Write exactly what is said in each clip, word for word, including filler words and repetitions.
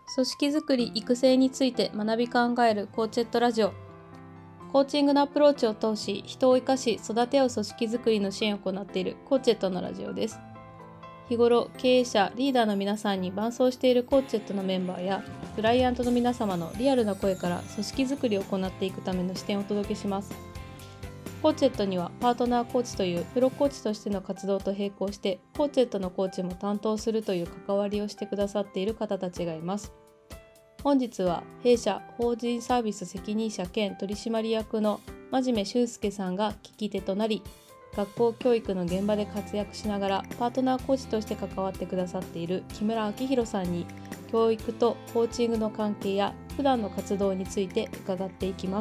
組織づくり育成について学び考えるコーチェットラジオ。コーチングのアプローチを通し、人を生かし育て合う組織づくりの支援を行っているコーチェットのラジオです。日頃、経営者、リーダーの皆さんに伴走しているコーチェットのメンバーや、クライアントの皆様のリアルな声から組織づくりを行っていくための視点をお届けします。コーチェットにはパートナーコーチというプロコーチとしての活動と並行して、コーチェットのコーチも担当するという関わりをしてくださっている方たちがいます。本日は弊社法人サービス責任者兼取締役の真面目修介さんが聞き手となり、学校教育の現場で活躍しながらパートナーコーチとして関わってくださっている木村明弘さんに、教育とコーチングの関係や普段の活動について伺っていきます。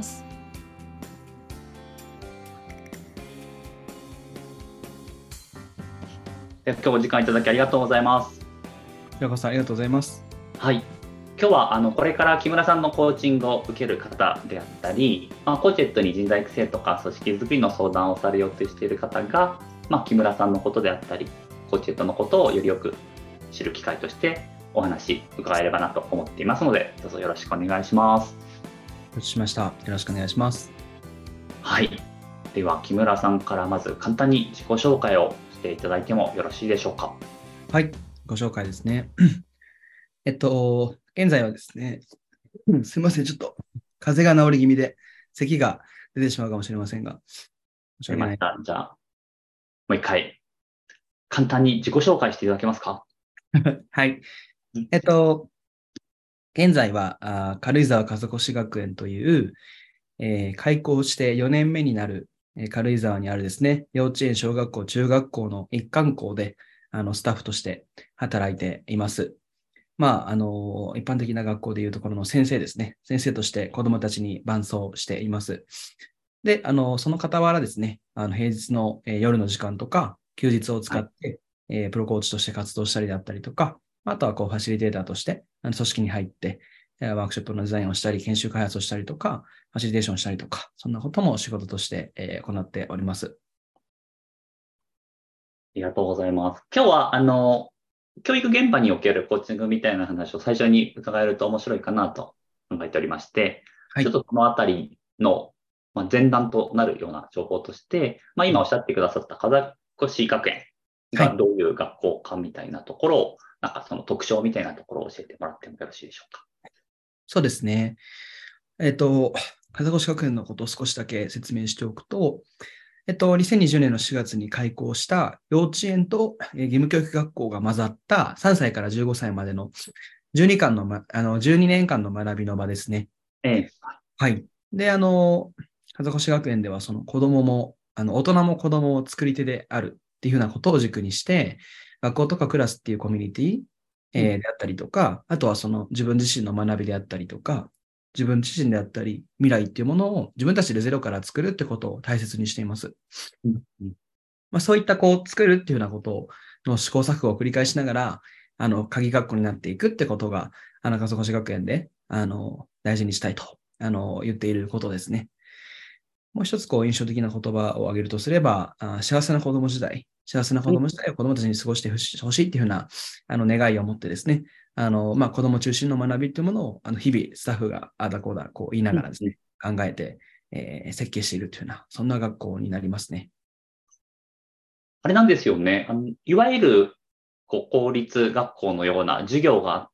今日お時間いただきありがとうございます。 平川さん、ありがとうございます。 はい。今日はあのこれから木村さんのコーチングを受ける方であったり、まあ、コーチェットに人材育成とか組織づくりの相談をされようとしている方が、まあ、木村さんのことであったり、コーチェットのことをよりよく知る機会としてお話伺えればなと思っていますので、どうぞよろしくお願いします。 承知しました。よろしくお願いします。 はい。では木村さんからまず簡単に自己紹介をしていただいてもよろしいでしょうか。 はい、ご紹介ですね。えっと、現在はですね、うん、すみません、ちょっと風邪が治り気味で、咳が出てしまうかもしれませんが、 申し訳ない。じゃあ、もう一回、簡単に自己紹介していただけますか。 はい。えっと、現在は、あ軽井沢風越学園という、えー、開校してよねんめになる、えー、軽井沢にあるですね、幼稚園、小学校、中学校の一貫校で、あの、スタッフとして働いています。まあ、あの、一般的な学校でいうところの先生ですね。先生として子供たちに伴走しています。で、あの、その傍らですね、あの平日の、えー、夜の時間とか、休日を使って、はい、えー、プロコーチとして活動したりだったりとか、あとはこう、ファシリテーターとして、あの組織に入って、ワークショップのデザインをしたり、研修開発をしたりとか、ファシリテーションしたりとか、そんなことも仕事として、えー、行っております。 ありがとうございます。今日は、あの、教育現場におけるコーチングみたいな話を最初に伺えると面白いかなと考えておりまして、はい、ちょっとこのあたりの前段となるような情報として、まあ、今おっしゃってくださった風越学園がどういう学校かみたいなところを、はい、なんかその特徴みたいなところを教えてもらってもよろしいでしょうか。 そうですね。えっと、風越学園のことを少しだけ説明しておくと、えっと、にせんにじゅうねんのしがつに開校した幼稚園と義務教育学校が混ざったさんさいからじゅうごさいまでのじゅうにかんの、ま、あのじゅうにねんかんの学びの場ですね。 ええ、 はい。で、あの、風越学園ではその子供も、あの大人も子供を作り手であるっていうふうなことを軸にして、学校とかクラスっていうコミュニティ、えー、であったりとか、あとはその自分自身の学びであったりとか、自分自身であったり、未来っていうものを自分たちでゼロから作るってことを大切にしています。うんうんまあ、そういったこう作るっていうようなことの試行錯誤を繰り返しながら、あの、鍵学校になっていくってことが、あの、風越学園で、あの、大事にしたいと、あの、言っていることですね。もう一つこう印象的な言葉を挙げるとすれば、あ幸せな子供時代、幸せな子供時代を子供たちに過ごしてほしいっていうふうなあの願いを持ってですね、あの、まあ、子供中心の学びっていうものをあの日々スタッフがあだこうだこう言いながらですね、うん、考えて、えー、設計しているというような、そんな学校になりますね。 あれなんですよね。あのいわゆるこう公立学校のような授業があって、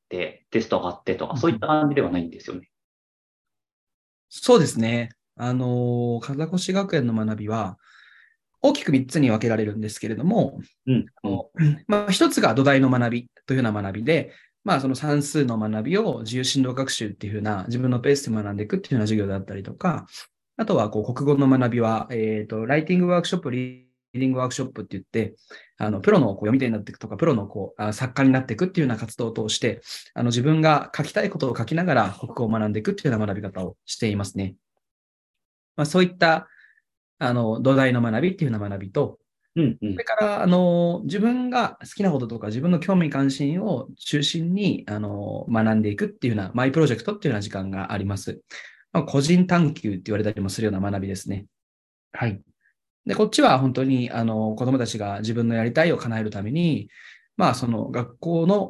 テストがあってとか、そういった感じではないんですよね。 そうですね。あの、風越学園の学びは、大きくみっつに分けられるんですけれども、 うんうんまあ、一つが土台の学びというような学びで、まあ、その算数の学びを自由進路学習っていうふうな自分のペースで学んでいくっていうような授業だったりとか、あとはこう国語の学びは、えーと、ライティングワークショップ、リーディングワークショップって言って、あのプロのこう読み手になっていくとか、プロのこうあ作家になっていくっていうような活動を通して、あの自分が書きたいことを書きながら国語を学んでいくっていうような学び方をしていますね。まあ、そういったあの土台の学びっていうような学びと、 うんうん、 それからあの自分が好きなこととか自分の興味関心を中心にあの学んでいくっていうようなマイプロジェクトっていうような時間があります。まあ、個人探求って言われたりもするような学びですね。はい。で、こっちは本当にあの子供たちが自分のやりたいを叶えるために、まあその学校の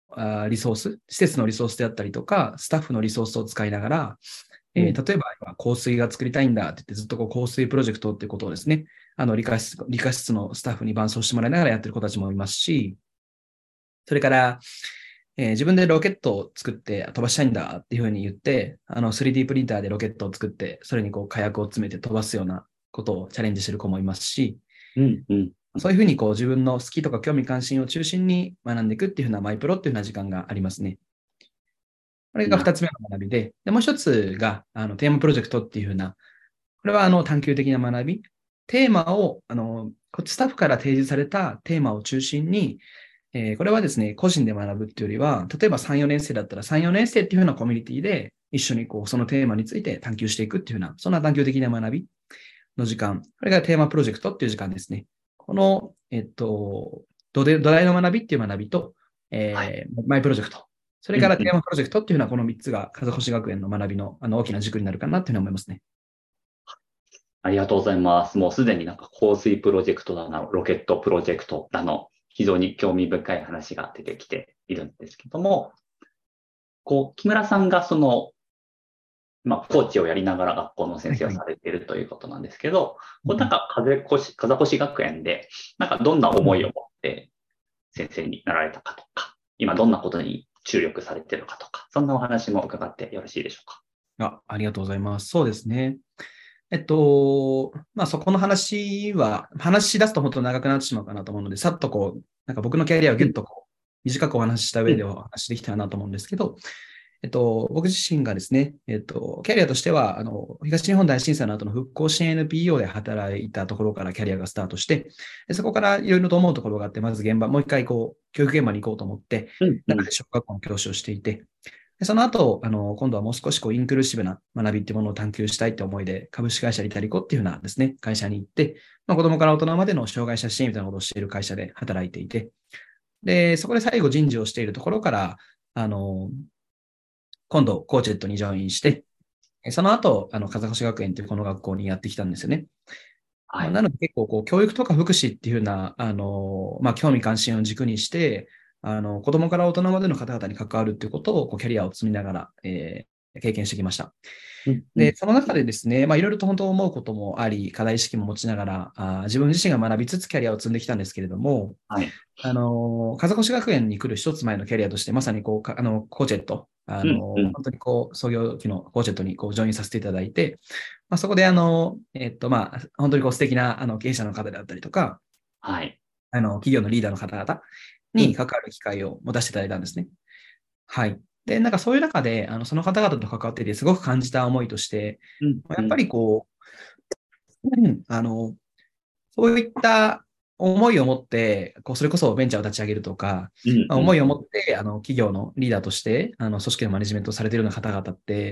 あリソース、施設のリソースであったりとか、スタッフのリソースを使いながら、えー、例えば今香水が作りたいんだって言ってずっとこう香水プロジェクトっていうことをですね、あの理科室、理科室のスタッフに伴走してもらいながらやってる子たちもいますし、それから、えー、自分でロケットを作って飛ばしたいんだっていうふうに言って、あの スリーディー プリンターでロケットを作って、それにこう火薬を詰めて飛ばすようなことをチャレンジしてる子もいますし、 うんうん、 そういうふうにこう自分の好きとか興味関心を中心に学んでいくっていうふうなマイプロっていうふうな時間がありますね。これが二つ目の学びで、でもう一つがあのテーマプロジェクトっていうふうな、これはあの探究的な学び。テーマを、あの、スタッフから提示されたテーマを中心に、えー、これはですね、個人で学ぶっていうよりは、例えばさん、よねん生だったらさん、よねん生っていうふうなコミュニティで一緒にこうそのテーマについて探求していくっていうふうな、そんな探究的な学びの時間。これがテーマプロジェクトっていう時間ですね。この、えっと、土台の学びっていう学びと、えーはい、マイプロジェクト。それからテーマプロジェクトっていうのはこのみっつが風越学園の学びのあの大きな軸になるかなというふうに思いますね。 ありがとうございます。もうすでになんか香水プロジェクトだの、ロケットプロジェクトだの、非常に興味深い話が出てきているんですけども、こう、木村さんがその、まあ、コーチをやりながら学校の先生をされているということなんですけど、はいはい、こうなんか風越、風越学園で、なんかどんな思いを持って先生になられたかとか、今どんなことに注力されているかとか、そんなお話も伺ってよろしいでしょうか。 あ、ありがとうございます。そうですね。えっと、まあそこの話は、話し出すと本当長くなってしまうかなと思うので、さっとこう、なんか僕のキャリアをギュッとこう、短くお話しした上でお話できたらなと思うんですけど、えっと、僕自身がですね、えっと、キャリアとしては、あの、東日本大震災の後の復興支援 エヌピーオー で働いたところからキャリアがスタートして、そこからいろいろと思うところがあって、まず現場、もう一回こう、教育現場に行こうと思って、中で小学校の教師をしていて、でその後、あの、今度はもう少しこう、インクルーシブな学びっていうものを探求したいって思いで、株式会社リタリコっていうようなですね、会社に行って、まあ、子供から大人までの障害者支援みたいなことをしている会社で働いていて、で、そこで最後人事をしているところから、あの、今度、コーチェットにジョインして、その後、あの、風越学園というこの学校にやってきたんですよね。はい、なので結構、こう、教育とか福祉っていうような、あの、まあ、興味関心を軸にして、あの、子供から大人までの方々に関わるっていうことを、こう、キャリアを積みながら、えー、経験してきました。で、その中でですね、まあ、いろいろと本当思うこともあり、課題意識も持ちながら、あ自分自身が学びつつキャリアを積んできたんですけれども、はい、あの、風越学園に来る一つ前のキャリアとして、まさにこう、あの、コーチェット、あの、うんうん、本当にこう、創業期のコーチェットにこう、ジョインさせていただいて、まあ、そこであの、えっと、まあ、本当にこう、素敵なあの経営者の方であったりとか、 はい。 あの、企業のリーダーの方々に関わる機会を持たせていただいたんですね。うん、はい。で、なんかそういう中で、あの、その方々と関わっていて、すごく感じた思いとして、うんうん、やっぱりこう、うん、あの、そういった思いを持って、こうそれこそベンチャーを立ち上げるとか、うんうんまあ、思いを持って、あの、企業のリーダーとして、あの、組織のマネジメントをされているような方々って、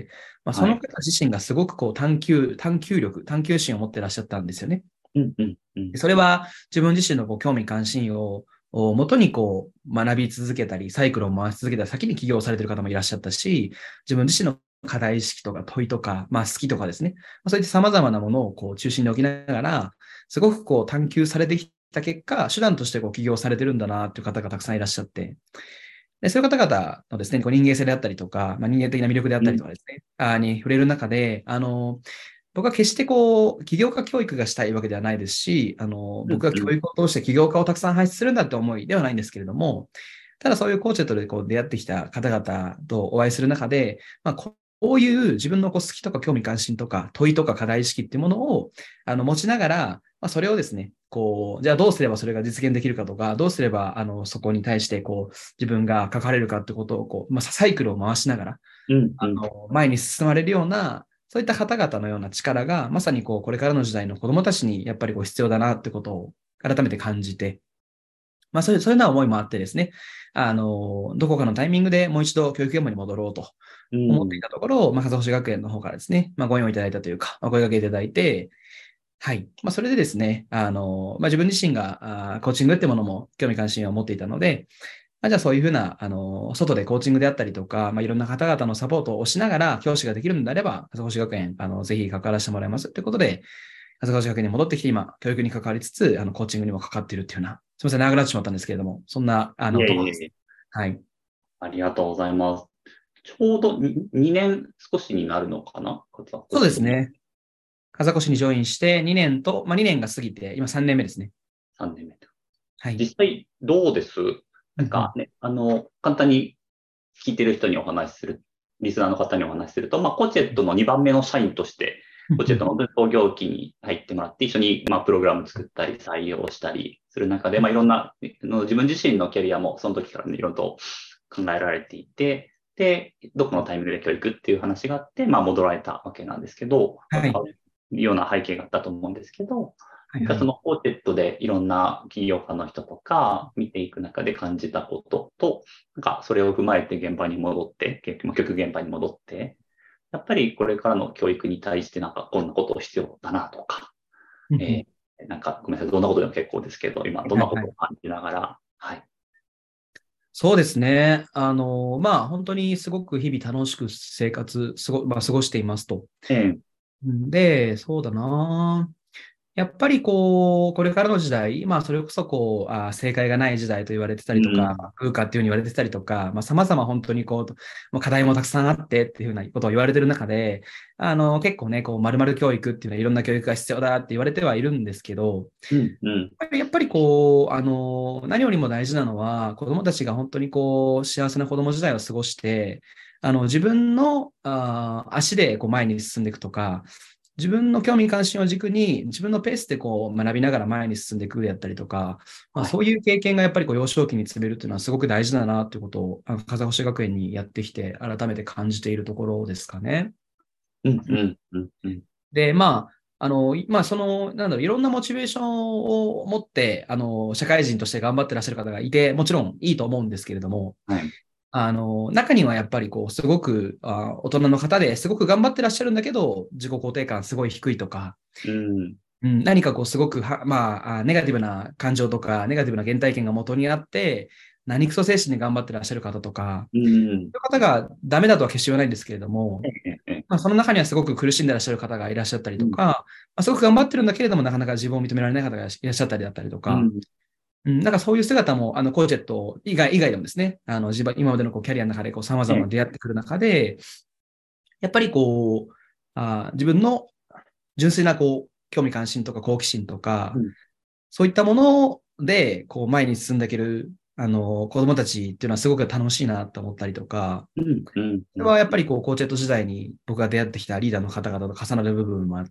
まあ、その方自身がすごくこう探求、探求力、探求心を持っていらっしゃったんですよね。うんうんうん、それは自分自身のこう興味関心をを元にこう学び続けたり、サイクルを回し続けた先に起業されている方もいらっしゃったし、自分自身の課題意識とか問いとか、まあ好きとかですね、そういった様々なものをこう中心に置きながら、すごくこう探求されてきた結果、手段としてこう起業されてるんだなという方がたくさんいらっしゃって、でそういう方々のですね、こう人間性であったりとか、まあ、人間的な魅力であったりとかですね、うん、あに触れる中で、あの、僕は決してこう、起業家教育がしたいわけではないですし、あの、僕は教育を通して起業家をたくさん輩出するんだって思いではないんですけれども、ただそういうコーチェットでこう出会ってきた方々とお会いする中で、まあ、こういう自分のこう好きとか興味関心とか問いとか課題意識っていうものをあの持ちながら、まあ、それをですね、こう、じゃあどうすればそれが実現できるかとか、どうすればあのそこに対してこう自分が関われるかってことをこう、まあ、サイクルを回しながら、うんうん、あの前に進まれるような、そういった方々のような力が、まさにこう、これからの時代の子供たちにやっぱりこう必要だなってことを改めて感じて、まあそういう、そういうような思いもあってですね、あの、どこかのタイミングでもう一度教育現場に戻ろうと思っていたところ、うん、まあ、風越学園の方からですね、まあご縁をいただいたというか、まあ、声掛けいただいて、はい。まあそれでですね、あの、まあ自分自身があコーチングってものも興味関心を持っていたので、じゃあそういうふうな、あの、外でコーチングであったりとか、まあ、いろんな方々のサポートをしながら教師ができるのであれば、風越学園、あの、ぜひ関わらせてもらいますということで、風越学園に戻ってきて今、教育に関わりつつ、あの、コーチングにも関わっているっていうような、すみません、長くなってしまったんですけれども、そんな、あの、 いえいえいえはい。 ありがとうございます。ちょうど に, にねん少しになるのかな？ そうですね。風越にジョインしてにねんと、まあ、にねんが過ぎて、今さんねんめですね。 さんねんめと。 はい。 実際どうです？なんかね、あの、簡単に聞いてる人にお話しする、リスナーの方にお話しすると、まあ、コチェットのにばんめの社員として、コチェットの創業期に入ってもらって、一緒に、まあ、プログラム作ったり、採用したりする中で、まあ、いろんな、自分自身のキャリアもその時からね、いろいろと考えられていて、で、どこのタイミングで教育っていう話があって、まあ、戻られたわけなんですけど、 はい。 そういうような背景があったと思うんですけど、 はいはい、 なんかそのコーテットでいろんな企業家の人とか見ていく中で感じたことと、なんかそれを踏まえて現場に戻って、局現場に戻って、やっぱりこれからの教育に対してなんかこんなことを必要だなとか、えー、なんかごめんなさい、どんなことでも結構ですけど、今どんなことを感じながら、はい。 そうですね。あの、まあ、本当にすごく日々楽しく生活、すご、まあ、過ごしていますと。 えー、 で、そうだな。やっぱりこう、これからの時代、まあそれこそこう、あ正解がない時代と言われてたりとか、風化っていうふうに言われてたりとか、まあ様々本当にこう、もう課題もたくさんあってっていうふうなことを言われてる中で、あの結構ね、こう、〇〇教育っていうのはいろんな教育が必要だって言われてはいるんですけど、 うんうん、 やっぱりこう、あの、何よりも大事なのは、子供たちが本当にこう、幸せな子供時代を過ごして、あの、自分のあ足でこう前に進んでいくとか、自分の興味関心を軸に自分のペースでこう学びながら前に進んでいくであったりとか、まあ、そういう経験がやっぱりこう幼少期に積めるっていうのはすごく大事だなということを、あの風星学園にやってきて改めて感じているところですかね。 うんうんうんうん、 で、まあ、あの、まあ、その、なんだろう、いろんなモチベーションを持って、あの、社会人として頑張ってらっしゃる方がいて、もちろんいいと思うんですけれども、 はい、 あの、中にはやっぱりこう、すごくあ大人の方ですごく頑張ってらっしゃるんだけど、自己肯定感すごい低いとか、 うん、 うん、何かこう、すごくは、まあ、ネガティブな感情とか、ネガティブな原体験が元にあって、何クソ精神で頑張ってらっしゃる方とか、 うん、 そういう方がダメだとは決して言わないんですけれども、 ええ、 まあ、その中にはすごく苦しんでらっしゃる方がいらっしゃったりうん、 とか、まあ、すごく頑張ってるんだけれども、なかなか自分を認められない方がいらっしゃったりだったりとか、 うん、 うん、なんかそういう姿も、あの、コーチェット以外、以外でもですね、あの、自分、今までのこうキャリアの中でこう様々な出会ってくる中で、やっぱりこう、あ自分の純粋なこう、興味関心とか好奇心とか、 うん、 そういったもので、こう、前に進んでいける、あの、子供たちっていうのはすごく楽しいなと思ったりとか、 うん、うん、 それはやっぱりこう、コーチェット時代に僕が出会ってきたリーダーの方々と重なる部分もあって、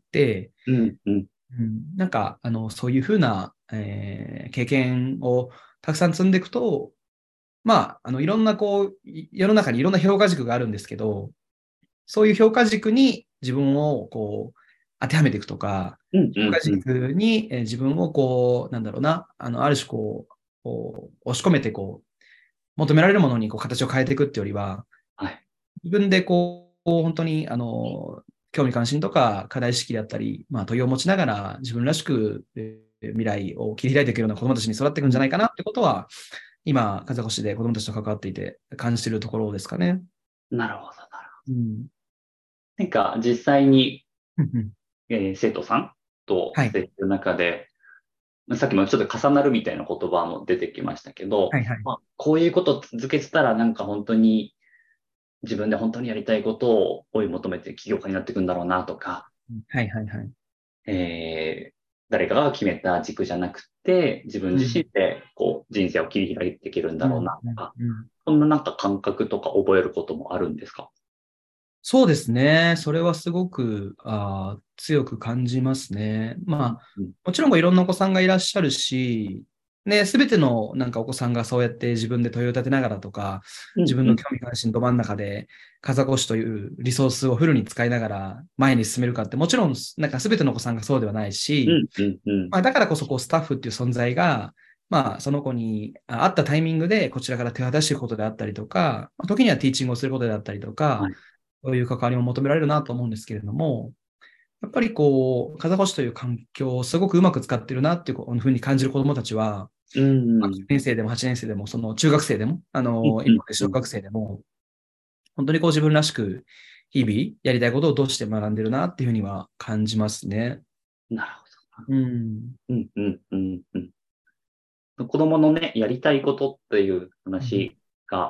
うん、うん、 うん、なんか、あの、そういうふうな、えー経験をたくさん積んでいくと、まあ、あの、いろんなこう、世の中にいろんな評価軸があるんですけど、そういう評価軸に自分をこう、当てはめていくとか、 うん、 評価うん、 軸に自分をこう、なんだろうな、あの、ある種こう、こう押し込めてこう、求められるものにこう形を変えていくっていうよりは、 はい、 自分でこう、本当に、あの、興味関心とか課題意識であったり、まあ、問いを持ちながら自分らしく未来を切り開いていくような子供たちに育っていくんじゃないかなってことは、今、風越で子供たちと関わっていて感じているところですかね。 なるほど、なるほど。 うん、 なんか実際に、 うんえー生徒さんとはい。 接する中で、さっきもちょっと重なるみたいな言葉も出てきましたけど、 はいはい。 まあ、こういうこと続けてたらなんか本当に自分で本当にやりたいことを追い求めて起業家になっていくんだろうなとか、 はいはいはい。 えー誰かが決めた軸じゃなくて、自分自うん。 身でこう人生を切り開いていけるんだろううん。 なとか、 うん。 そんななんか感覚とか覚えることもあるんですか？ そうですね。それはすごくあ強く感じますね。まあ、 うん、 もちろんいろんなお子さんがいらっしゃるし、ね、すべてのなんかお子さんがそうやって自分で問いを立てながらとか、 うん、うん、 自分の興味関心ど真ん中で、風越というリソースをフルに使いながら前に進めるかって、もちろんなんかすべてのお子さんがそうではないし、 うん、うん、うん、 まあ、だからこそこうスタッフっていう存在が、まあ、その子にあったタイミングでこちらから手を出していくことであったりとか、時にはティーチングをすることであったりとか、 はい、 そういう関わりも求められるなと思うんですけれども、やっぱりこう、風越という環境をすごくうまく使ってるなっていうふうに感じる子どもたちは、 うん、うん、 きゅうねん生でもはちねん生でも、その中学生でも、あうん、 の、 うん、 今まで小学生でも、本当にこう自分らしく日々やりたいことをどうして学んでるなっていうふうには感じますね。 なるほうん。 ど。うん、うん、うん、うん。子供のね、やりたいことっていううん話が、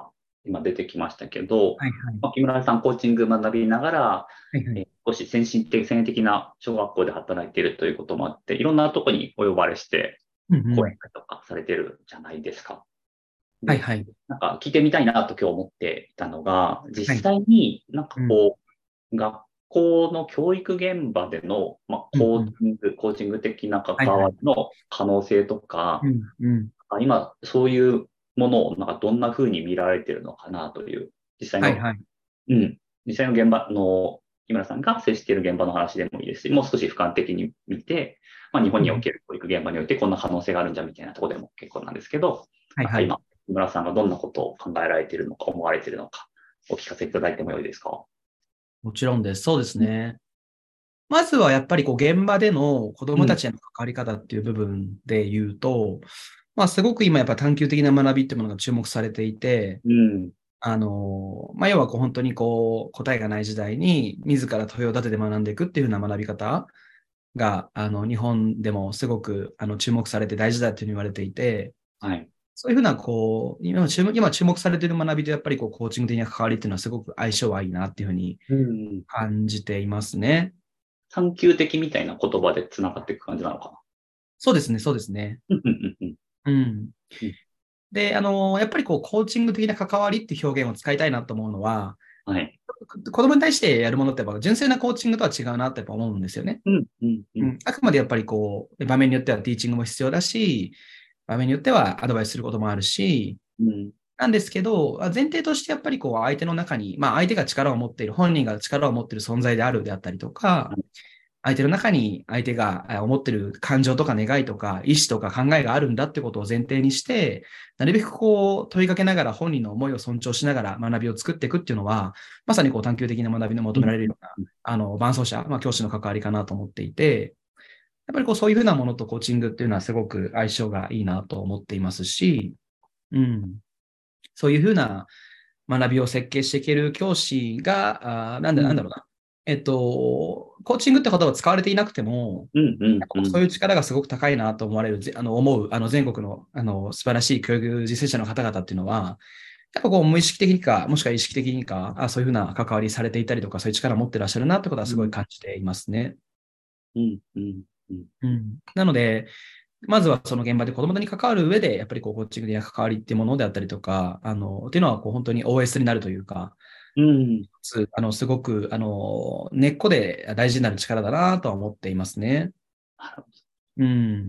今出てきましたけど、 はいはい。 まあ、木村さんコーチング学びながら、 はいはい。 えー少し先進的、先進的な小学校で働いているということもあって、いろんなところにお呼ばれして、 うんうん。 講演会とかされてるじゃないですか。で、 はいはい。 なんか聞いてみたいなと今日思っていたのが、実はい。 際になんかうん。 こう、学校の教育現場での、まあ、コーうんうん。 チング、コーチング的な関はいはい。 わりの可能性とか、 うんうん。 あ今、そういうものをなんかどんな風に見られてるのかなという、実際の、 はいはい。 うん、実際の現場の、木村さんが接している現場の話でもいいですし、もう少し俯瞰的に見て、まあ、日本におうん。 ける教育現場においてこんな可能性があるんじゃみたいなところでも結構なんですけど、 はいはい。 なんか今、木村さんがどんなことを考えられているのか、思われているのか、お聞かせいただいてもよいですか？ もちろんです。そうですね。まずはやっぱりこう現場での子うん、 供たちへの関わり方っていう部分で言うと、まあすごく今やっぱ探究的な学びっていうものが注目されていて、 うん、 あの、まあ要はこう本当にこう答えがない時代に自ら問いを立てて学んでいくっていうような学び方が、あの日本でもすごくあの注目されて大事だっていうふうに言われていて、 はい。 そういうふうなこう、今注目、今注目されている学びとやっぱりこうコーチング的な関わりっていうのはすごく相性はいいなっていうふうにうん、 感じていますね。 探求的みたいな言葉で繋がっていく感じなのかそうですね、そうですね。 な。うん、うん、 うん。 うん、 で、あの、やっぱりこう、コーチング的な関わりっていう表現を使いたいなと思うのは、 はい。 子供に対してやるものってやっぱ純粋なコーチングとは違うなってやっぱ思うんですよね。 うん、うん、うん、 うん。あくまでやっぱりこう、場面によってはティーチングも必要だし、場面によってはアドバイスすることもあるし、 うん、 なんですけど、前提としてやっぱりこう、相手の中に、まあ相手が力を持っている、本人が力を持っている存在であるであったりとか、相手の中に相手が思ってる感情とか願いとか意思とか考えがあるんだってことを前提にして、なるべくこう問いかけながら本人の思いを尊重しながら学びを作っていくっていうのは、まさにこう探究的な学びの求うん、 められるような、あの、伴走者、まあ教師の関わりかなと思っていて、やっぱりこうそういうふうなものとコーチングっていうのはすごく相性がいいなと思っていますし、うん。そういうふうな学びを設計していける教師が、あなんだ、なんだろうな。えっと、コーチングって言葉を使われていなくても、 うん、うん、うん。 そういう力がすごく高いなと思われる、ぜあの思う、あの全国のあの素晴らしい教育実践者の方々っていうのは、やっぱこう無意識的にか、もしくは意識的にか、あそういうふうな関わりされていたりとか、そういう力を持ってらっしゃるなってことはすごい感じていますね。 うん、うん、うん。 うん、なので、まずはその現場で子供に関わる上で、やっぱりこうコーチング的な関わりっていうものであったりとか、あの、っていうのはこう本当に オーエス になるというか、 うん。 すあの、すごく、あの、根っこで大事になる力だなとは思っていますね。 なるほうん。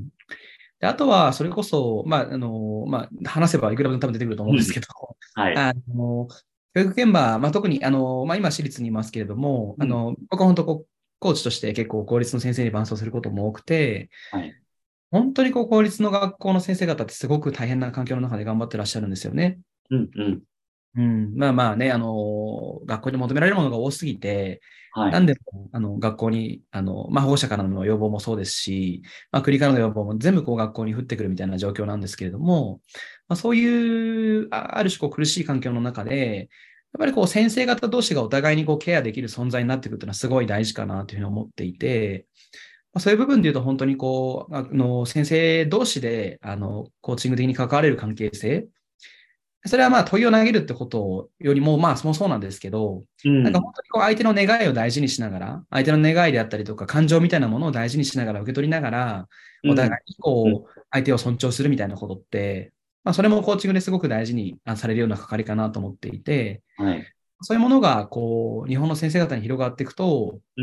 で、あとは、それこそ、まあ、あの、まあ、話せばいくらでも多分出てくると思うんですけど、 ど。はい。 あの、教育現場、まあ、特に、あの、まあ、今、私立にいますけれども、 うん。 あの、僕は本当こう、コーチとして結構公立の先生に伴走することも多くて、 はい。 本当にこう、公立の学校の先生方ってすごく大変な環境の中で頑張ってらっしゃるんですよね。 うん、うん。 うん、まあまあね、あの、学校に求められるものが多すぎて、 はい。 なんでも、あの、学校に、あの、まあ、保護者からの要望もそうですし、まあ、国からの要望も全部こう学校に降ってくるみたいな状況なんですけれども、まあ、そういう、あある種こう苦しい環境の中で、やっぱりこう先生方同士がお互いにこうケアできる存在になっていくというのはすごい大事かなというふうに思っていて、まあ、そういう部分で言うと本当にこう、あの、先生同士で、あの、コーチング的に関われる関係性、それはまあ問いを投げるってことよりも、まあそもそうなんですけど、 うん。 なんか本当にこう相手の願いを大事にしながら、相手の願いであったりとか感情みたいなものを大事にしながら受け取りながら、 うん。 お互いにうん。 こう相手を尊重するみたいなことって、まあそれもコーチングですごく大事にされるような関わりかなと思っていて、 はい。 そういうものがこう日本の先生方に広がっていくと、 うん。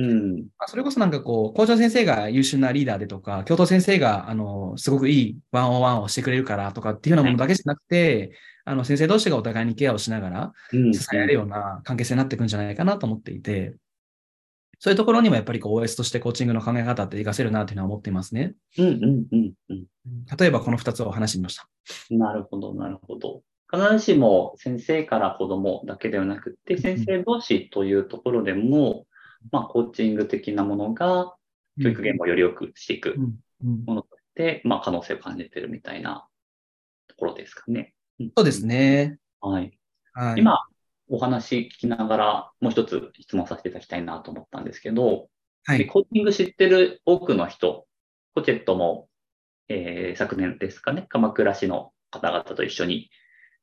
まあそれこそなんかこう、校長先生が優秀なリーダーでとか、教頭先生が、あの、すごくいいワンオンワンをしてくれるからとかっていうようなはい。 ものだけじゃなくて、あの、先生同士がお互いにケアをしながらうん。 支え合えうん。 るような関係性になっていくんじゃないかなと思っていて、そういうところにもやっぱりこう オーエス としてコーチングの考え方って活かせるなというのは思っていますね。 うん。うん。うん。うん。 例えばこのふたつを話してみました。 なるほど、なるほど。必ずしも先生から子供だけではなくて、先うん、 生同士というところでも、まあ、コーチング的なものがうん、 教育現場をより良くしていくうん、うん。 ものとして、まあ、可能性を感じているみたいなところですかね。うん。 そうですうん。 ね。 はい。 はい。 今、お話聞きながら、もう一つ質問させていただきたいなと思ったんですけど、で、 はい。 コーチング知ってる多くの人、コチェットも、えー昨年ですかね、鎌倉市の方々と一緒に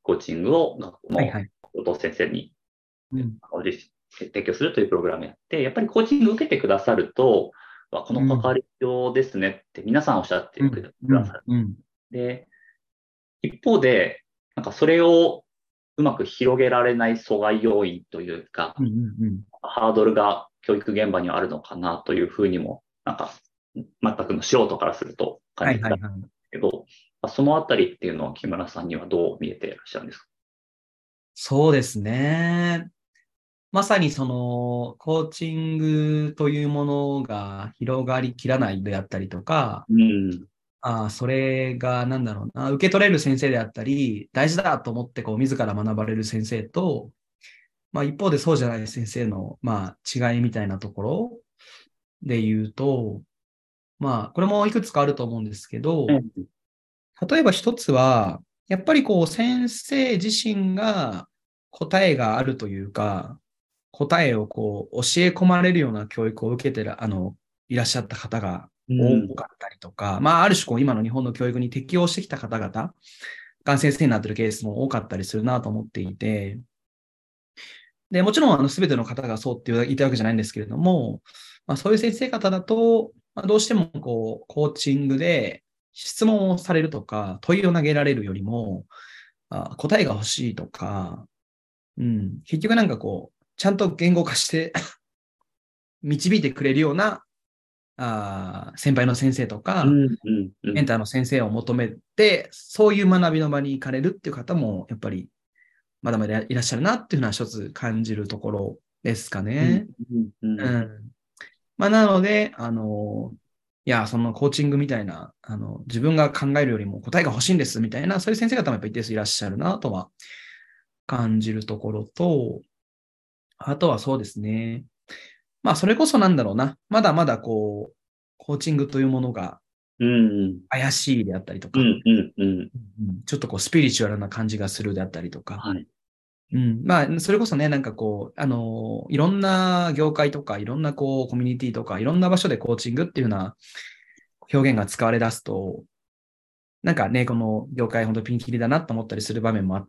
コーチングを学校はいはい。 の教頭先生にうん。 提供するというプログラムをやって、やっぱりコーチング受けてくださると、わこの関わり必要ですねって皆さんおっしゃってくうん。うん。 ださる。 うん。 で、一方で、なんかそれをうまく広げられない阻害要因というか、 うん。うん。 ハードルが教育現場にはあるのかなというふうにも、なんか、全くの素人からすると感じてたんではいはいはい。 すけど、そのあたりっていうのは木村さんにはどう見えていらっしゃるんですか？ そうですね。まさにその、コーチングというものが広がりきらないであったりとか、 うん。 あーそれがなんだろうな、受け取れる先生であったり、大事だと思ってこう自ら学ばれる先生と、まあ一方でそうじゃない先生の、まあ違いみたいなところで言うと、まあこれもいくつかあると思うんですけど、例えば一つは、やっぱりこう先生自身が答えがあるというか、答えをこう教え込まれるような教育を受けてる、あの、いらっしゃった方がうん。 多かったりとか、まあある種こう今の日本の教育に適応してきた方々が先生になっているケースも多かったりするなと思っていて、で、もちろんあの全ての方がそうって言いたいわけじゃないんですけれども、まあ、そういう先生方だと、まあ、どうしてもこうコーチングで質問をされるとか、問いを投げられるよりも、あ答えが欲しいとか、うん、結局なんかこう、ちゃんと言語化して導いてくれるようなあ先輩の先生とか、 うん。うん。うん。 メンターの先生を求めて、そういう学びの場に行かれるっていう方も、やっぱりまだまだいらっしゃるなっていうのは一つ感じるところですかうん。 ね。 うん。うん。 うん。まあ、なので、あの、いや、そのコーチングみたいな、あの、自分が考えるよりも答えが欲しいんですみたいな、そういう先生方もやっぱり一定数いらっしゃるなとは感じるところと、あとはそうですね。まあ、それこそなんだろうな。まだまだこう、コーチングというものがうん。 怪しいであったりとか、 うん。うん。うん。 うんちょっとこう、スピリチュアルな感じがするであったりとか、 はい。 うん、まあ、それこそね、なんかこう、あの、いろんな業界とか、いろんなこう、コミュニティとか、いろんな場所でコーチングっていうような表現が使われ出すと、なんかね、この業界本当ピンキリだなと思ったりする場面もあって、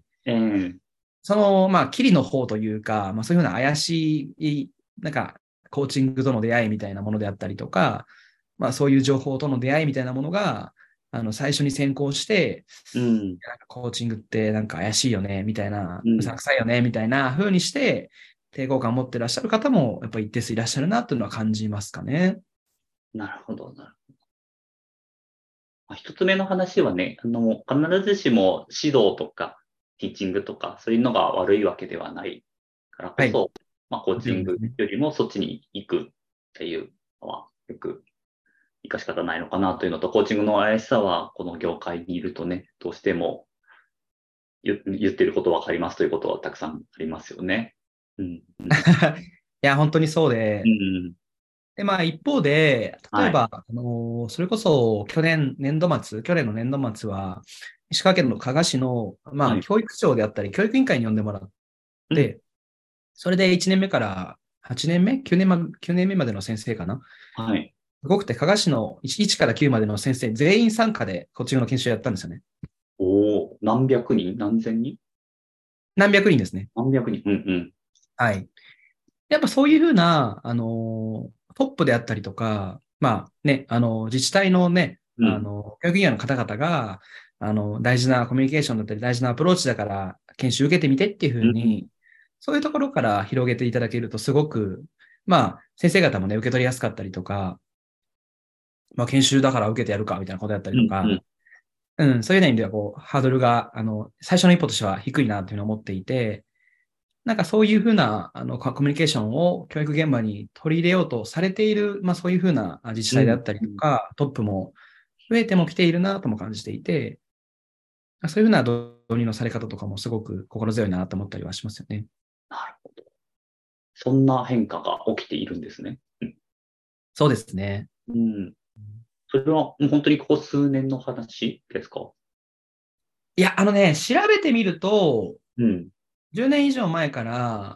ええ。 その、まあ、キリの方というか、まあ、そういうふうな怪しい、なんか、コーチングとの出会いみたいなものであったりとか、まあ、そういう情報との出会いみたいなものが、あの、最初に先行して、 うん。 なんかコーチングってなんか怪しいよね、みたいな、 うん。 うさんくさいよね、みたいな風にして、抵抗感を持ってらっしゃる方も、やっぱり一定数いらっしゃるな、というのは感じますかね。 なるほど。なるほど。まあ一つ目の話はね、あの、必ずしも指導とか、ティーチングとか、そういうのが悪いわけではないからこはい。 そ、まあ、コーもちチングろんですね。 よりもそっちに行くっていうのは、よく活かし方ないのかなというのと、コーチングの怪しさは、この業界にいるとね、どうしても言言ってることわかりますということはたくさんありますよね。うん。 いや、本当にそうで、 うん。 で、まあ一方で、例はい。 えば、あのそれこそ去年、年度末、去年の年度末は、石川県の加賀市の、まあ、 はい。 教育長であったり、教育委員会に呼んでもらっうん。 て、それでいちねんめからはちねんめ ?きゅう 年ま、きゅうねんめまでの先生かな。 はい。 すごくて、加賀市のいちからきゅうまでの先生、全員参加でコーチングの研修をやったんですよね。 おお、何百人何千人何百人ですね。 何百人うんうん。 はい。やっぱそういうふうな、あの、トップであったりとか、まあね、あの、自治体のね、 うん。 あの、教育委員会の方々が、あの、大事なコミュニケーションだったり、大事なアプローチだから、研修受けてみてっていうふうん。 うに、そういうところから広げていただけると、すごく、まあ、先生方もね、受け取りやすかったりとか、まあ、研修だから受けてやるか、みたいなことやったりうん。うとか、 ん。 うん、そういう意味では、こう、ハードルが、あの、最初の一歩としては低いなというのを思っていて、なんかそういうふうな、あの、コミュニケーションを教育現場に取り入れようとされている、まあそういうふうな自治うん。 体であったりとか、トップも増えても来ているなとも感じていて、そういうふうな導入のされ方とかもすごく心強いなと思ったりはしますよね。 なるほど。そんな変化が起きているんですね。うん。 そうですね。 うん。それはもう本当にここ数年の話ですか？ いや、あのね、調べてみると、 うん。 じゅうねん以上前から、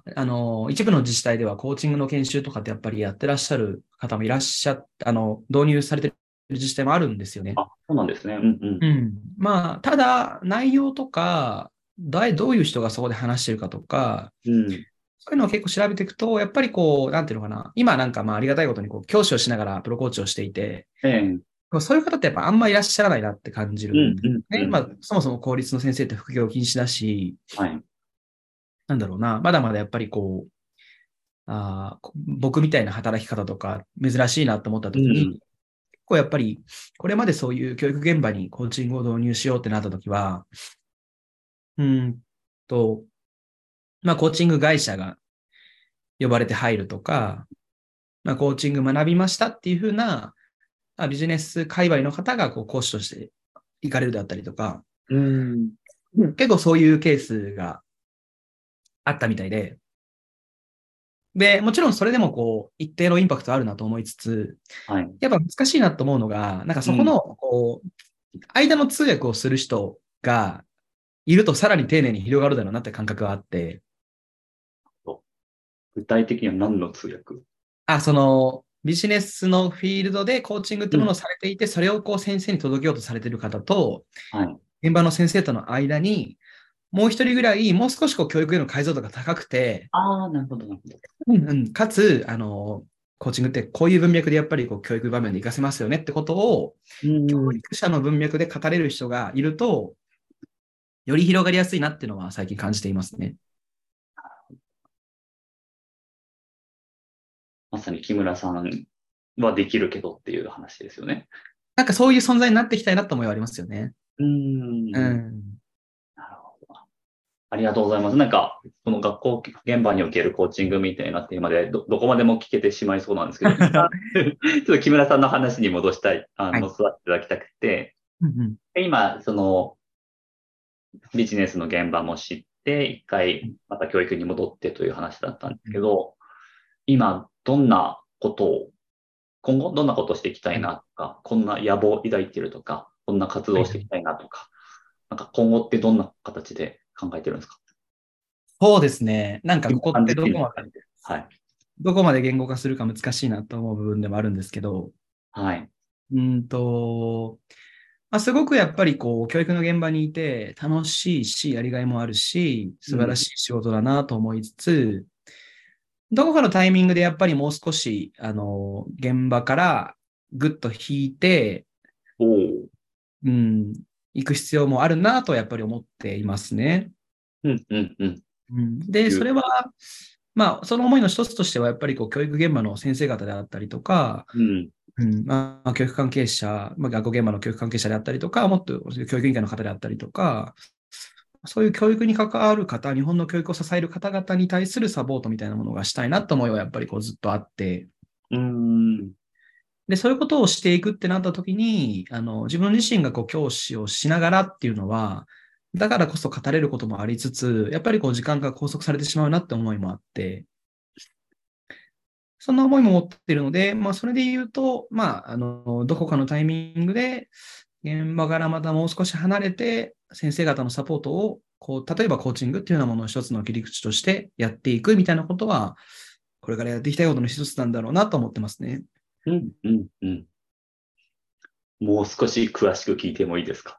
あの、一部の自治体ではコーチングの研修とかってやっぱりやってらっしゃる方もいらっしゃっあの、導入されてる自治体もあるんですよね。 あ、そうなんですね。うんうん。 うん。まあ、ただ、内容とか、 誰、どういう人がそこで話してるかとか、 うん。 そういうのを結構調べていくと、やっぱりこう、なんていうのかな、今なんかまあありがたいことにこう教師をしながらプロコーチをしていて、 ええ。 そういう方ってやっぱあんまいらっしゃらないなって感じるうん、 んですうん、うね。まん。 あ、そもそも公立の先生って副業禁止だし、 はい。 なんだろうな、まだまだやっぱりこう、あー僕みたいな働き方とか珍しいなと思ったうん。 時に、結構やっぱりこれまでそういう教育現場にコーチングを導入しようってなった時は、うーんと、まあコーチング会社が呼ばれて入るとか、まあコーチング学びましたっていう風なあビジネス界隈の方がこう講師として行かれるだったりとか、 うん。 うん結構そういうケースがあったみたいで、で、もちろんそれでもこう、一定のインパクトあるなと思いつつ、 はい。 やっぱ難しいなと思うのが、なんかうん。 そこの、こう、間の通訳をする人がいるとさらに丁寧に広がるだろうなって感覚があって、 具体的には何の通訳？ あ、その、ビジネスのフィールドでコーチングってうん。 ものをされていて、それをこう先生に届けようとされている方と、 はい。 現場の先生との間に、もう一人ぐらい、もう少しこう教育への解像度が高くて、 ああ、なるほど、なるほど。 うんうん、かつ、あの、コーチングってこういう文脈でやっぱりこう教育場面で活かせますよねってことを、 う教ん。 育者の文脈で語れる人がいると、より広がりやすいなっていうのは最近感じていますね。 まさに木村さんはできるけどっていう話ですよね。 なんかそういう存在になっていきたいなと思いはありますよね。 ううん。 ん。 なるほど。ありがとうございます。なんか、この学校現場におけるコーチングみたいなテーマでど、どこまでも聞けてしまいそうなんですけど、一旦ちょっと木村さんの話に戻したい、あの、 はい。 座っていただきたくて、 うんうん今、その、ビジネスの現場も知って、一回また教育に戻ってという話だったんですうんけど、今、どんなことを、今後どんなことをしていきたいはいなとか、こんな野望を抱いているとか、こんな活はいはい。 動をしていきたいなとか、なんか今後ってどんな形で考えてるんですか？ そうですね。なんか今ここって感じているどこまで、 感じです。はい。 どこまで言語化するか難しいなと思う部分でもあるんですけど、 はい。 うんと、まあ、すごくやっぱりこう、教育の現場にいて楽しいし、やりがいもあるし、素晴らうん。 しい仕事だなと思いつつ、どこかのタイミングでやっぱりもう少し、あの、現場からぐっと引いて、 おお。 うん、行く必要もあるなとやっぱり思っていますね。 うん、うん、うん。 うん、で、 いう。 それは、まあ、その思いの一つとしては、やっぱりこう、教育現場の先生方であったりとか、 うん。 うん、まあ、教育関係者、まあ、学校現場の教育関係者であったりとか、もっと教育委員会の方であったりとか、そういう教育に関わる方、日本の教育を支える方々に対するサポートみたいなものがしたいなと思いはやっぱりこうずっとあって、 うーん。 で、そういうことをしていくってなった時に、あの、自分自身がこう教師をしながらっていうのは、だからこそ語れることもありつつ、やっぱりこう時間が拘束されてしまうなって思いもあって、そんな思いも持っているので、まあ、それで言うと、まあ、あの、どこかのタイミングで、現場からまたもう少し離れて、先生方のサポートを、こう、例えばコーチングっていうようなものを一つの切り口としてやっていくみたいなことは、これからやっていきたいことの一つなんだろうなと思ってますね。 うん、うん、うん。もう少し詳しく聞いてもいいですか？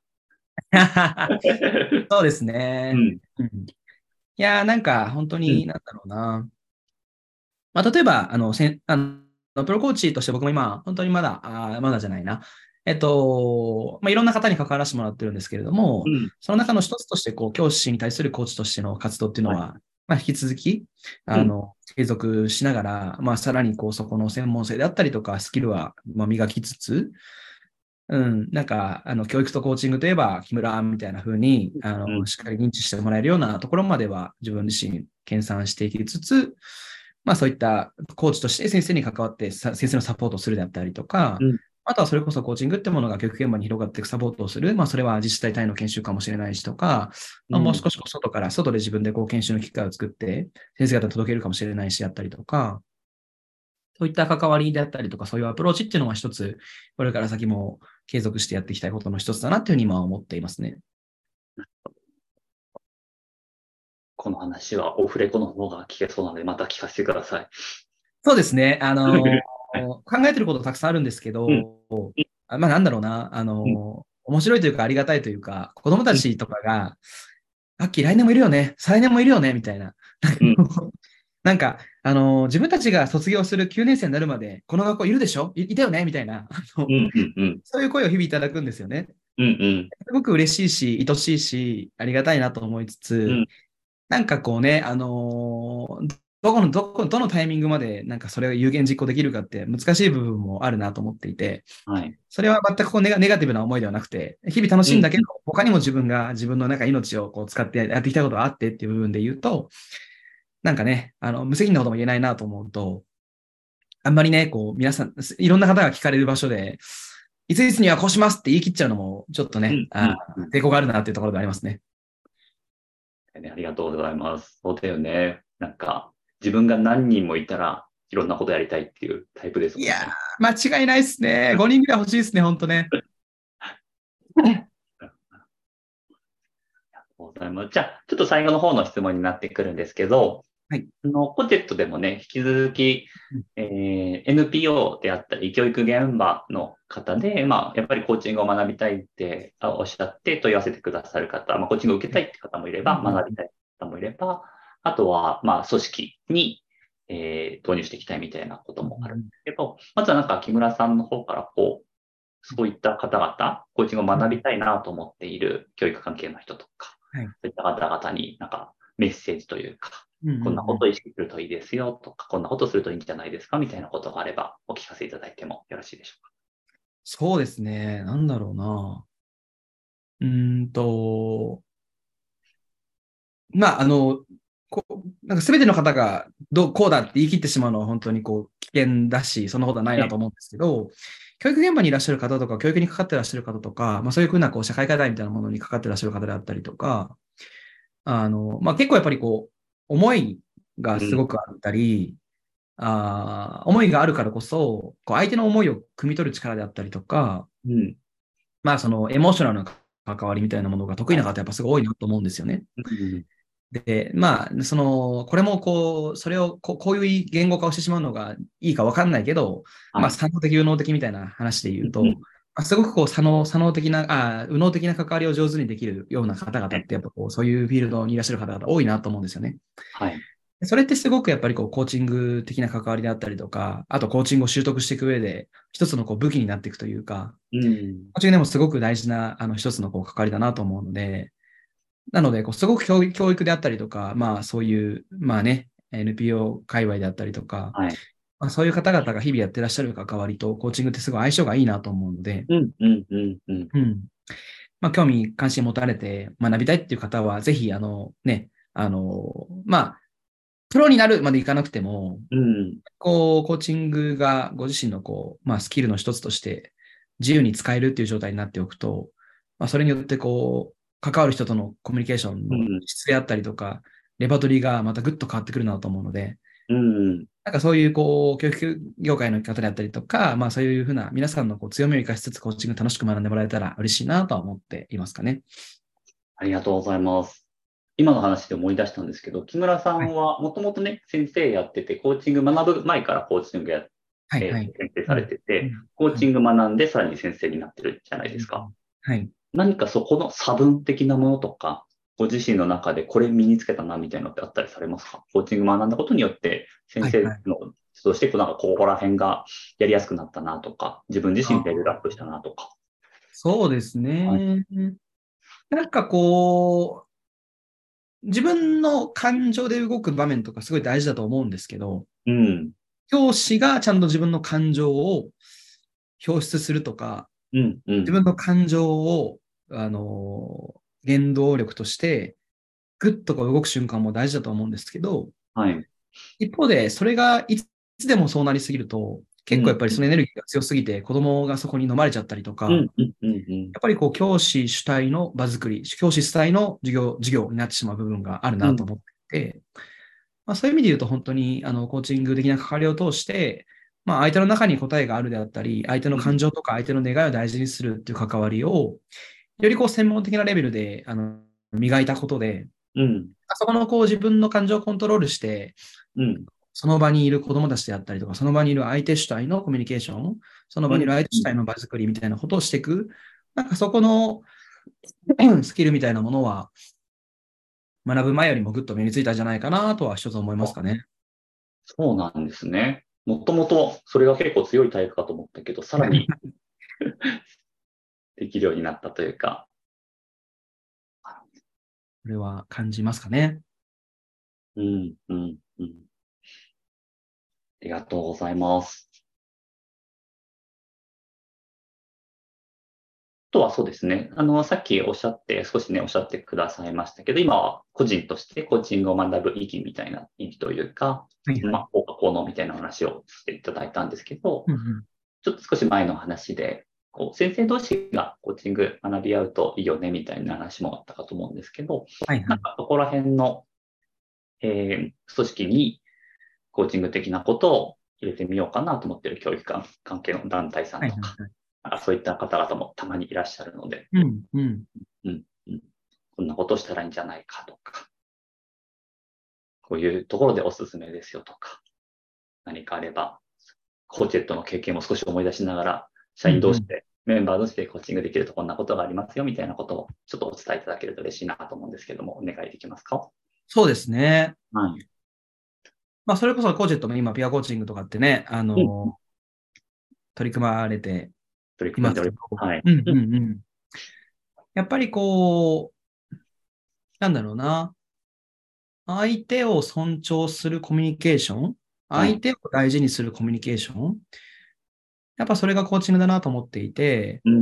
そうですね。 うん。 うん、いやー、なんか本当うん。 に、なんだろうな。まあ、例えば、あの、せんあのプロコーチとして僕も今、本当にまだ、あーまだじゃないな。えっと、まあ、いろんな方に関わらせてもらってるんですけれども、 うん。 その中の一つとして、こう、教師に対するコーチとしての活動っていうのはい。 は、まあ、引き続き、 うん。 あの、継続しながら、まあ、さらに、こう、そこの専門性であったりとか、スキルは、まあ、磨きつつ、うん、なんか、あの、教育とコーチングといえば、木村みたいな風に、あの、 うん。 しっかり認知してもらえるようなところまでは、自分自身、研鑽していきつつ、まあそういったコーチとして先生に関わって先生のサポートをするであったりとか、 うん。 あとはそれこそコーチングってものが教育現場に広がっていくサポートをする。まあそれは自治体単位の研修かもしれないしとか、まあ、もううん。 少し外から、外で自分でこう研修の機会を作って先生方に届けるかもしれないし、あったりとか、そういった関わりであったりとか、そういうアプローチっていうのは一つ、これから先も継続してやっていきたいことの一つだなというふうに今は思っていますね。 この話はオフレコの方が聞けそうなので、また聞かせてください。 そうですね。あの、考えてることたくさんあるんですけうん。 ど、あまあなんだろうな、あうん。 の、面白いというかありがたいというか、子供たうん。 ちとかが、 アッキー来年もいるよね、再来年もいるよね、みたいな。 うん。 なんか、あのー自分たちが卒業するきゅうねん生になるまで、この学校いるでしょい、いたよねみたいな。あのうん、うん、うん。 そういう声を日々いただくんですよね。 うん、うん。 すごく嬉しいし、愛しいし、ありがたいなと思いつつ、 うん。 なんかこうね、あのーどこの、どこ、どのタイミングまでなんかそれを有言実行できるかって難しい部分もあるなと思っていて、 はい。 それは全くこうネガ、ネガティブな思いではなくて、日々楽しうん、 いんだけど、他にも自分が自分のなんか命をこう使ってやってきたことがあってっていう部分で言うと、なんかね、あの、無責任なことも言えないなと思うと、あんまりね、こう、皆さん、いろんな方が聞かれる場所で、いついつにはこうしますって言い切っちゃうのも、ちょっとね、 うん、うあん、うん。 抵抗があるなっていうところでありますね。 ね、ありがとうございます。そうだよね。なんか、自分が何人もいたらいろんなことやりたいっていうタイプですいやもんね。 ー、間違いないですね。ごにんぐらい欲しいですね、ほんとね。 ございます。じゃあ、ちょっと最後の方の質問になってくるんですけど、 はい。 あの、コジェットでもね、引き続き、えー エヌピーオー であったり、教育現場の方で、まあ、やっぱりコーチングを学びたいってあおっしゃって問い合わせてくださる方、まあ、コーチングを受けたいって方もいれば、 うんうん学びたい方もいれば、あとは、まあ、組織に、えー導入していきたいみたいなこともあるんですけど、まずはなんか木村さんの方から、こう、そういった方々、コーチングを学びたいなと思っている教育関係の人とか、 はい。 そういった方々になんかメッセージというか、 うんうんうんこんなことを意識するといいですよとか、こんなことをするといいんじゃないですかみたいなことがあればお聞かせいただいてもよろしいでしょうか。 そうですね。なんだろうな。うーんと、まあ、あの、こう、なんか全ての方がどう、こうだって言い切ってしまうのは本当にこう、危険だし、そんなことはないなと思うんですけど、教育現場にいらっしゃる方とか、教育にかかっていらっしゃる方とか、まあそういうふうなこう、社会課題みたいなものにかかっていらっしゃる方であったりとか、あの、まあ結構やっぱりこう、思いがうん、 すごくあったり、あー思いがあるからこそ、こう相手の思いを汲み取る力であったりとか、 うん、 まあそのエモーショナルな関わりみたいなものが得意はい、 な方やっぱすごい多いなと思うんですよね。 うん、 で、まあ、その、これもこう、それをこうこういう言語化をしてしまうのがいいかわかんないけど、まあ、 はい、 左脳的、右脳的みたいな話で言うと、 うん、 まあ、すごくこう、左脳、左脳的な、あ右脳的な関わりを上手にできるような方々って、やっぱこう、そういうフィールドにいらっしゃる方々多いなと思うんですよね。 はい、 それってすごくやっぱりこう、コーチング的な関わりであったりとか、あとコーチングを習得していく上で、一つのこう武器になっていくというか、 うん、 コーチングでもすごく大事な、あの、一つのこう、関わりだなと思うので、なので、こうすごく教育教育であったりとか、まあそういう、まあね、エヌピーオー 界隈であったりとか、 はい、 まあ、そういう方々が日々やってらっしゃる関わりとコーチングってすごい相性がいいなと思うので、 うん、うん、うん、うん、 うん。まあ興味関心持たれて学びたいっていう方は、ぜひ、あのね、あの、まあ、プロになるまでいかなくても、 うん、 こう、コーチングがご自身のこう、まあスキルの一つとして自由に使えるっていう状態になっておくと、まあそれによってこう、関わる人とのコミュニケーションのうん、 質であったりとか、レパートリーがまたぐっと変わってくるなと思うので、 うん、 なんかそういうこう、教育業界の方であったりとか、まあそういうふうな皆さんのこう強みを生かしつつコーチング楽しく学んでもらえたら嬉しいなとは思っていますかね。 ありがとうございます。今の話で思い出したんですけど、木村さはい。 んはもともとね、先生やってて、コーチング学ぶ前からコーチングや、 はい。 えはい。 ー先生されうん。 てて、 うん。 コーはい。 チング学んでさらに先生になってるじゃないですか。 はい。 何かそこの差分的なものとか、ご自身の中でこれ身につけたなみたいなのってあったりされますか？コーチング学んだことによって、先はい。 生はい。 のとしてこうなんかここら辺がやりやすくなったなとか、自分自身レベルアッあープしたなとか。 そうですはい。 ね。なんかこう、自分の感情で動く場面とかすごい大事だと思うんですけど、 うん。 教師がちゃんと自分の感情を表出するとか、 うん。うん。 自分の感情を、あの、原動力として、ぐっとこう動く瞬間も大事だと思うんですけど、 はい。 一方で、それがいつでもそうなりすぎると、 うん。 結構やっぱりそのエネルギーが強すぎて、子供がそこに飲まれちゃったりとか、 うん。うん。うん。うん。 やっぱりこう、教師主体の場作り、教師主体の授業、授業になってしまう部分があるうん。 なと思っていて、まあ、そういう意味で言うと、本当に、あの、コーチング的な関わりを通して、まあ、相手の中に答えがあるであったり、相手の感情とか相手の願いを大事にするっていう関わりを、よりこう、専門的なレベルで、あの、磨いたことで、 うん。 あそこのこう、自分の感情をコントロールして、 うん。 その場にいる子供たちであったりとか、その場にいる相手主体のコミュニケーション、そのうん。 場にいる相手うん。 主体の場作りみたいなことをしていく、なんかそこのスキルみたいなものは、 学ぶ前よりもぐっと身についたんじゃないかなとは一つ思いますかね。 そうなんですね。もともとそれが結構強いタイプかと思ったけど、さらにできるようになったというか。 これは感じますかね。 うん、うん、うん。ありがとうございます。あとはそうですね。あの、さっきおっしゃって、少しね、おっしゃってくださいましたけど、今は個人としてコーチングを学ぶ意義みたいな意味というか、 はいはい、 まあ、効果効能みたいな話をしていただいたんですけど、 うんうん、 ちょっと少し前の話で、こう先生同士がコーチング学び合うといいよねみたいな話もあったかと思うんですけど、 はいはい、 なんかそこら辺の、えー、組織にコーチング的なことを入れてみようかなと思っている教育関係の団体さんとか、はいはいはい、そういった方々もたまにいらっしゃるので、 うんうんうんうん、こんなことしたらいいんじゃないかとか、こういうところでおすすめですよとか、何かあれば、コーチェットの経験も少し思い出しながら、社員同士で、うんうん、メンバー同士でコーチングできるとこんなことがありますよみたいなことをちょっとお伝えいただけると嬉しいなと思うんですけども、お願いできますか？ そうですね。 はい。 まあ、それこそコーチェットも今、ピアコーチングとかってね、あの、うん、取り組まれていますけど、 はい。 うんうんうん。やっぱりこう、なんだろうな。相手を尊重するコミュニケーション、相手を大事にするコミュニケーション、はい、やっぱそれがコーチングだなと思っていて、 うん、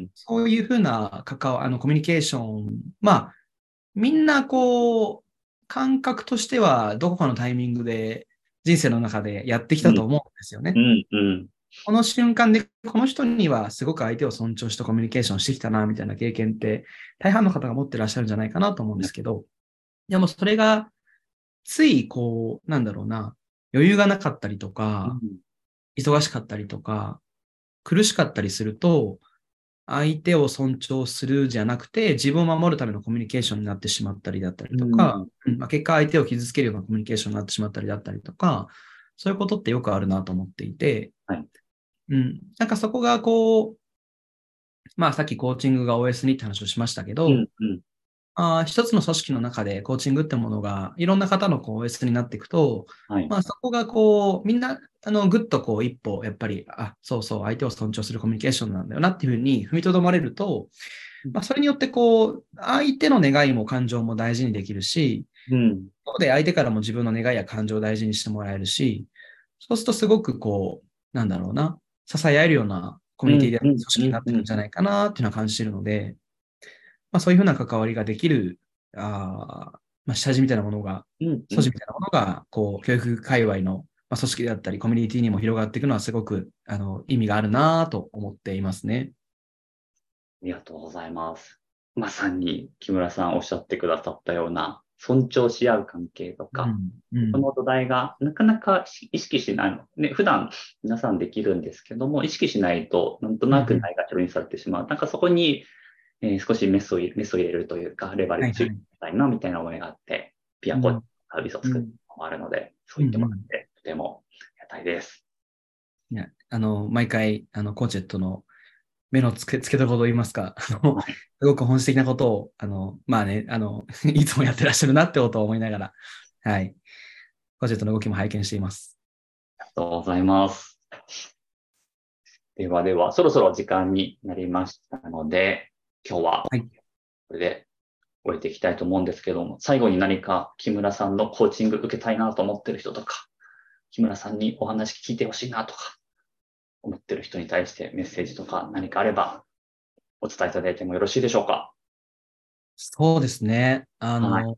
そういうふうな関わあのコミュニケーション、まあ、みんなこう、感覚としてはどこかのタイミングで人生の中でやってきたと思うんですよね。 うんうんうん、 この瞬間で、この人にはすごく相手を尊重したコミュニケーションしてきたな、みたいな経験って、大半の方が持ってらっしゃるんじゃないかなと思うんですけど、でもそれが、つい、こう、なんだろうな、余裕がなかったりとか、うん、忙しかったりとか、苦しかったりすると、相手を尊重するじゃなくて、自分を守るためのコミュニケーションになってしまったりだったりとか、うんまあ、結果相手を傷つけるようなコミュニケーションになってしまったりだったりとか、そういうことってよくあるなと思っていて、 はいうん、なんかそこがこう、まあさっきコーチングが オーエス にって話をしましたけど、 うんうんあ一つの組織の中でコーチングってものがいろんな方のこう オーエス になっていくと、はい、まあそこがこうみんなあのぐっとこう一歩やっぱりあそうそう相手を尊重するコミュニケーションなんだよなっていうふうに踏みとどまれると、まあ、それによってこう相手の願いも感情も大事にできるし、うん、そこで相手からも自分の願いや感情を大事にしてもらえるし、そうするとすごくこうなんだろうな支え合えるようなコミュニティで組織になってるんじゃないかなっていうのは感じているので。まあ、そういうふうな関わりができる、あまあ、下地みたいなものが、素地みたいなものが、こう、教育界隈の組織であったり、コミュニティにも広がっていくのはすごくあの意味があるなと思っていますね。 ありがとうございます。まさに木村さんおっしゃってくださったような、尊重し合う関係とか、うんうん、この土台がなかなか意識しないの、ね、普段皆さんできるんですけども、意識しないとなんとなくないがちろにされてしまう。うんうん、なんかそこにえー、少しメスを入れ、メスを入れるというか、レバレッジしたいな、みたいな思いがあって、はいはい、ピアコーチサービスを作るのもあるので、うん、そう言ってもらって、とてもありがたいです。 いや、あの、毎回、あの、コーチェットの目のつけ、つけどころといいますか、あの、はい、すごく本質的なことを、あの、まあね、あの、いつもやってらっしゃるなってことを思いながら、はい。コーチェットの動きも拝見しています。 ありがとうございます。ではでは、そろそろ時間になりましたので、今日はこれで終えていきたいと思うんですけども、はい、最後に何か木村さんのコーチング受けたいなと思ってる人とか、木村さんにお話聞いてほしいなとか、思ってる人に対してメッセージとか何かあればお伝えいただいてもよろしいでしょうか？ そうですね。あの、はい、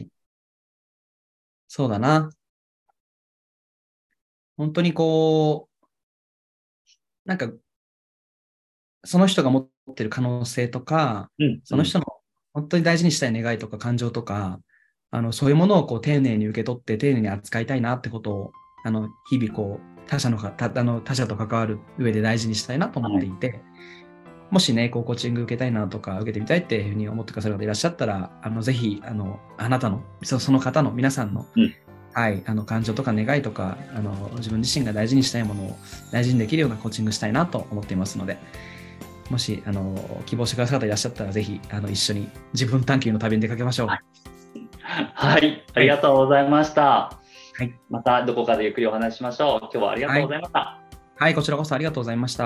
そうだな。本当にこう、なんか、その人が持ってる可能性とか、うんうん、その人の本当に大事にしたい願いとか感情とか、あの、そういうものをこう丁寧に受け取って丁寧に扱いたいなってことを、あの、日々こう、他者のか、たあの他者と関わる上で大事にしたいなと思っていて、はい、もしね、こうコーチング受けたいなとか、受けてみたいっていうふうに思ってくださる方いらっしゃったら、あの、ぜひ、あの、あなたの、その方の皆さんの、うん、はい、あの、感情とか願いとか、あの、自分自身が大事にしたいものを大事にできるようなコーチングしたいなと思っていますので、もし、あの、希望してくださる方いらっしゃったら、ぜひ、あの、一緒に自分探求の旅に出かけましょう。 はい、 はい、ありがとうございました。はい。 またどこかでゆっくりお話ししましょう。今日はありがとうございました。はい、はい、こちらこそありがとうございました。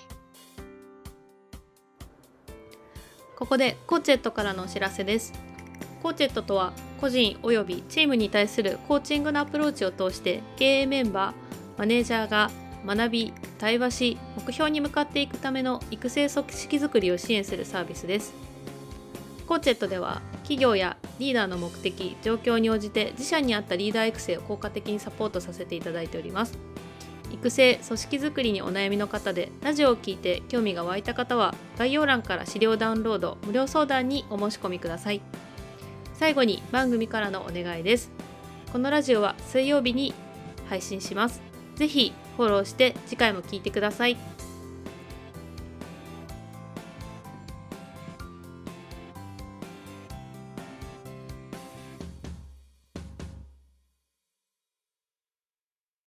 ここでコーチェットからのお知らせです。コーチェットとは個人およびチームに対するコーチングのアプローチを通して経営メンバー、マネージャーが学び、対話し、目標に向かっていくための育成組織づくりを支援するサービスです。コーチェットでは企業やリーダーの目的、状況に応じて自社に合ったリーダー育成を効果的にサポートさせていただいております。育成・組織づくりにお悩みの方で、ラジオを聞いて興味が湧いた方は概要欄から資料ダウンロード、無料相談にお申し込みください。最後に番組からのお願いです。このラジオは水曜日に配信します。ぜひフォローして次回も聞いてください。